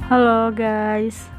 Halo guys,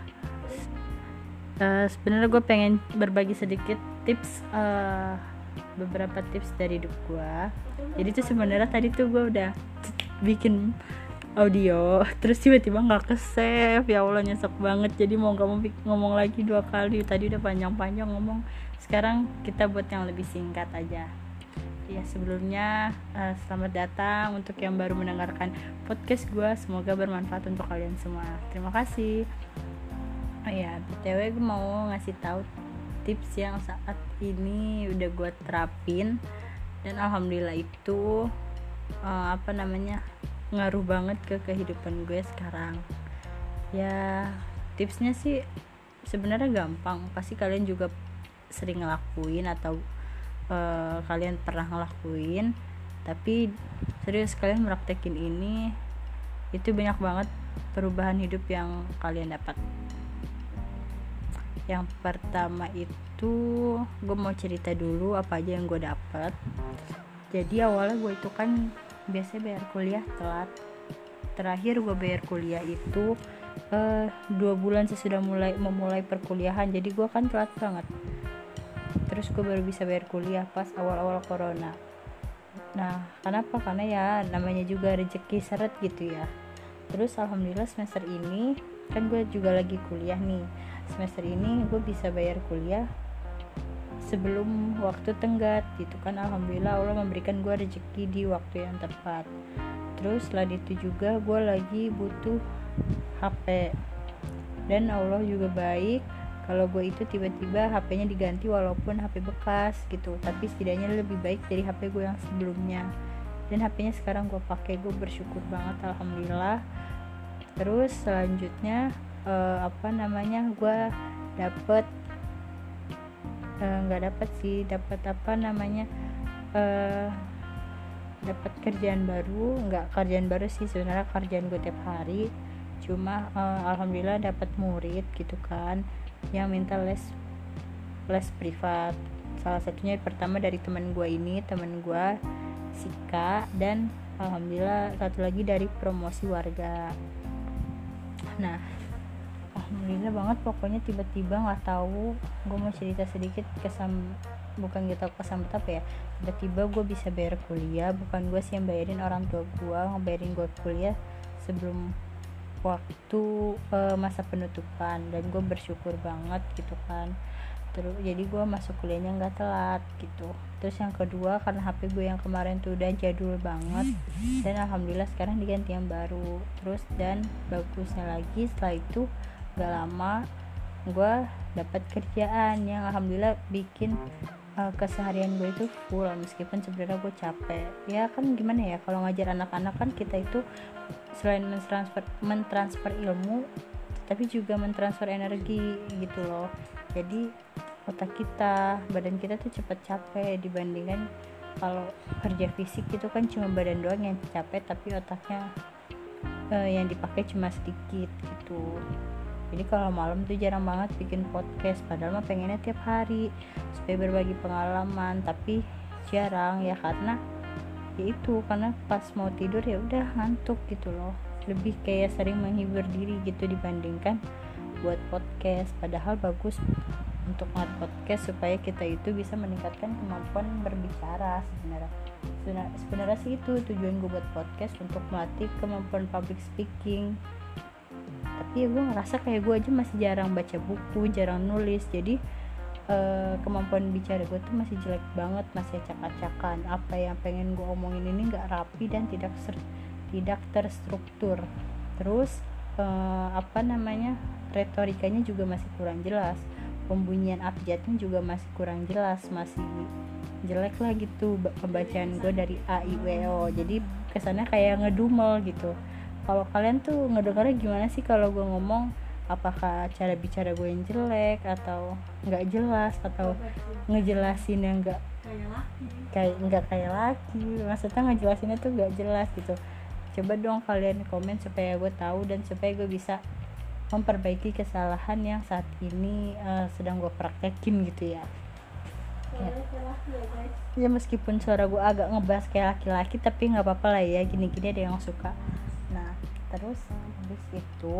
sebenarnya gue pengen berbagi sedikit tips, beberapa tips dari hidup gue. Jadi tuh sebenarnya tadi tuh gue udah bikin audio, terus tiba-tiba nggak ke save. Ya Allah, nyesek banget. Jadi mau nggak mau ngomong lagi 2 kali. Tadi udah panjang-panjang ngomong. Sekarang kita buat yang lebih singkat aja. Ya sebelumnya selamat datang untuk yang baru mendengarkan podcast gue. Semoga bermanfaat untuk kalian semua. Terima kasih. Oh ya, btw gue mau ngasih tahu tips yang saat ini udah gue terapin dan alhamdulillah itu ngaruh banget ke kehidupan gue sekarang. Ya tipsnya sih sebenarnya gampang, pasti kalian juga sering ngelakuin atau kalian pernah ngelakuin, tapi serius kalian meraktekin ini, itu banyak banget perubahan hidup yang kalian dapat. Yang pertama itu gue mau cerita dulu apa aja yang gue dapat. Jadi awalnya gue itu kan biasanya bayar kuliah telat. Terakhir gue bayar kuliah itu 2 bulan sesudah memulai perkuliahan. Jadi gue kan telat banget. Terus gue baru bisa bayar kuliah pas awal-awal corona. Nah kenapa? Karena ya namanya juga rezeki seret gitu ya. Terus alhamdulillah semester ini kan gue juga lagi kuliah nih. Semester ini gue bisa bayar kuliah sebelum waktu tenggat gitu kan. Alhamdulillah Allah memberikan gue rezeki di waktu yang tepat. Terus selain itu juga gue lagi butuh HP, dan Allah juga baik kalau gue itu tiba-tiba HP-nya diganti walaupun HP bekas gitu, tapi setidaknya lebih baik dari HP gue yang sebelumnya. Dan HP-nya sekarang gue pakai, gue bersyukur banget alhamdulillah. Terus selanjutnya gue dapet dapat kerjaan baru sih sebenarnya, kerjaan gue tiap hari. Cuma alhamdulillah dapat murid gitu kan yang minta les privat. Salah satunya pertama dari teman gue Sika, dan alhamdulillah satu lagi dari promosi warga. Nah alhamdulillah banget pokoknya, tiba-tiba nggak tahu, gue mau cerita sedikit bukan gitu kesambet apa ya, tiba-tiba gue bisa bayar kuliah. Bukan gue sih yang bayarin, orang tua gue ngebayarin gue kuliah sebelum waktu masa penutupan, dan gue bersyukur banget gitu kan. Terus jadi gue masuk kuliahnya nggak telat gitu. Terus yang kedua, karena HP gue yang kemarin tuh udah jadul banget, dan alhamdulillah sekarang diganti yang baru. Terus dan bagusnya lagi, setelah itu gak lama gue dapat kerjaan yang alhamdulillah bikin keseharian gue itu full, meskipun sebenarnya gue capek. Ya kan gimana ya, kalau ngajar anak-anak kan kita itu selain mentransfer ilmu, tapi juga mentransfer energi gitu loh. Jadi otak kita, badan kita tuh cepat capek dibandingkan kalau kerja fisik itu kan cuma badan doang yang capek, tapi otaknya yang dipakai cuma sedikit gitu. Jadi kalau malam tuh jarang banget bikin podcast, padahal mah pengennya tiap hari supaya berbagi pengalaman, tapi jarang ya karena pas mau tidur ya udah ngantuk gitu loh. Lebih kayak sering menghibur diri gitu dibandingkan buat podcast. Padahal bagus untuk buat podcast supaya kita itu bisa meningkatkan kemampuan berbicara. Sebenarnya sih itu tujuan gue buat podcast, untuk melatih kemampuan public speaking. Tapi ya gue ngerasa kayak gue aja masih jarang baca buku, jarang nulis. Jadi kemampuan bicara gue tuh masih jelek banget, masih acak-acakan. Apa yang pengen gue omongin ini gak rapi dan tidak terstruktur. Terus retorikanya juga masih kurang jelas, pembunyian abjadnya juga masih kurang jelas, masih jelek lah gitu pembacaan gue dari A I W O. Jadi kesannya kayak ngedumel gitu. Kalau kalian tuh ngedengarnya gimana sih kalau gue ngomong? Apakah cara bicara gue yang jelek, atau nggak jelas, atau ngejelasin yang nggak kayak laki? Maksudnya ngejelasinnya tuh nggak jelas gitu. Coba dong kalian komen supaya gue tahu, dan supaya gue bisa memperbaiki kesalahan yang saat ini sedang gue praktekin gitu ya. Ya meskipun suara gue agak ngebas kayak laki-laki, tapi nggak apa-apa lah ya, gini-gini ada yang suka. Nah terus habis itu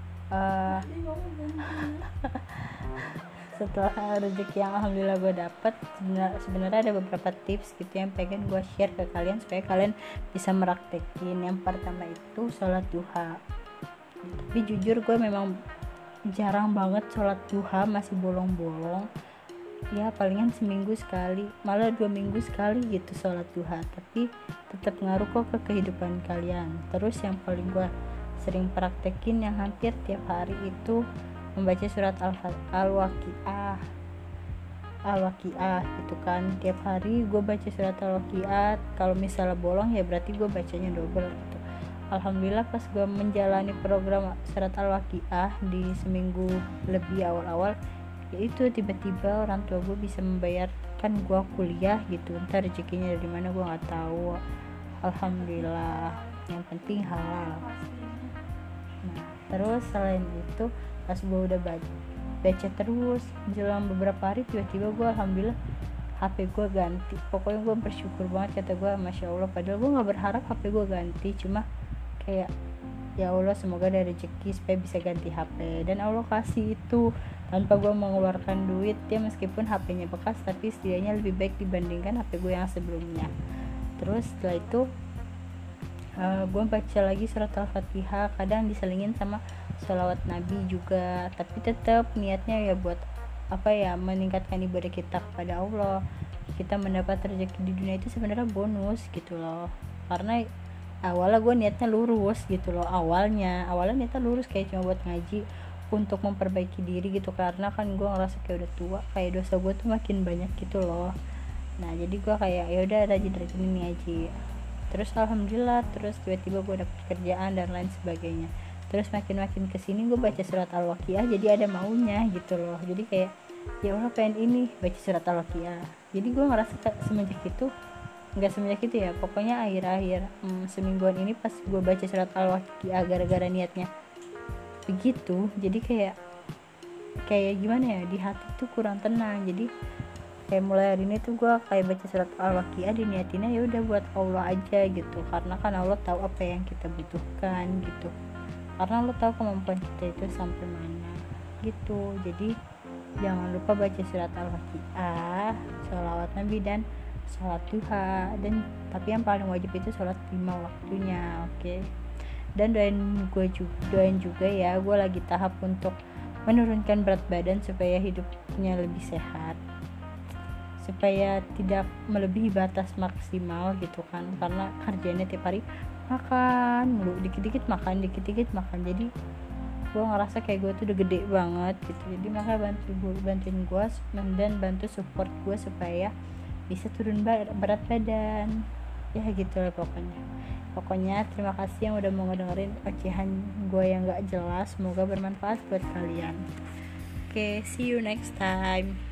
setelah rezeki yang alhamdulillah gue dapet, sebenarnya ada beberapa tips gitu yang pengen gue share ke kalian supaya kalian bisa meraktekin. Yang pertama itu sholat duha. Tapi jujur gue memang jarang banget sholat duha, masih bolong-bolong ya, palingan seminggu sekali, malah 2 minggu sekali gitu sholat duha, tapi tetap ngaruh kok ke kehidupan kalian. Terus yang paling gue sering praktekin yang hampir tiap hari itu membaca surat Al-Waqiah gitu kan. Tiap hari gue baca surat Al-Waqiah, kalau misalnya bolong ya berarti gue bacanya double gitu. Alhamdulillah pas gue menjalani program surat Al-Waqiah di seminggu lebih awal-awal, yaitu tiba-tiba orang tua gue bisa membayarkan gue kuliah gitu. Entar rezekinya dari mana gue nggak tahu. Alhamdulillah, yang penting halal. Nah terus selain itu pas gue udah baca terus jelang beberapa hari, tiba-tiba gue alhamdulillah HP gue ganti. Pokoknya gue bersyukur banget, kata gue masya Allah, padahal gue nggak berharap HP gue ganti, cuma kayak ya Allah semoga ada rezeki supaya bisa ganti HP, dan Allah kasih itu tanpa gue mengeluarkan duit ya, meskipun HP-nya bekas tapi setidaknya lebih baik dibandingkan HP gue yang sebelumnya. Terus setelah itu gue baca lagi surat Al-Fatihah, kadang diselingin sama sholawat Nabi juga, tapi tetap niatnya ya buat apa ya, meningkatkan ibadah kita kepada Allah. Kita mendapat rezeki di dunia itu sebenarnya bonus gitu loh, karena awalnya gue niatnya lurus gitu loh, awalnya niatnya lurus kayak cuma buat ngaji untuk memperbaiki diri gitu, karena kan gue ngerasa kayak udah tua, kayak dosa gue tuh makin banyak gitu loh. Nah jadi gue kayak ya udah rajin-rajin ngaji. Terus alhamdulillah, terus tiba-tiba gue dapet kerjaan dan lain sebagainya. Terus makin kesini gue baca surat Al-Waqiah jadi ada maunya gitu loh. Jadi kayak ya Allah pengen ini baca surat Al-Waqiah. Jadi gue ngerasa semenjak itu, nggak semenjak itu ya, pokoknya akhir-akhir semingguan ini pas gue baca surat Al-Waqiah gara-gara niatnya begitu, jadi kayak gimana ya, di hati tuh kurang tenang. Jadi kayak mulai hari ini tuh gue kayak baca surat Al-Waqiah diniatinnya ya udah buat Allah aja gitu, karena kan Allah tahu apa yang kita butuhkan gitu, karena Allah tahu kemampuan kita itu sampai mana gitu. Jadi jangan lupa baca surat Al-Waqiah, sholawat Nabi, dan sholat duha. Dan tapi yang paling wajib itu sholat 5 waktunya, oke? Dan doain juga ya, gue lagi tahap untuk menurunkan berat badan supaya hidupnya lebih sehat, supaya tidak melebihi batas maksimal gitu kan, karena kerjanya tiap hari makan mulu, dikit-dikit makan. Jadi gue ngerasa kayak gue tuh udah gede banget gitu. Jadi makanya bantuin gue dan bantu support gue supaya bisa turun berat badan ya gitu lah pokoknya terima kasih yang udah mau ngedengerin ocehan gue yang gak jelas. Semoga bermanfaat buat kalian. Oke, see you next time.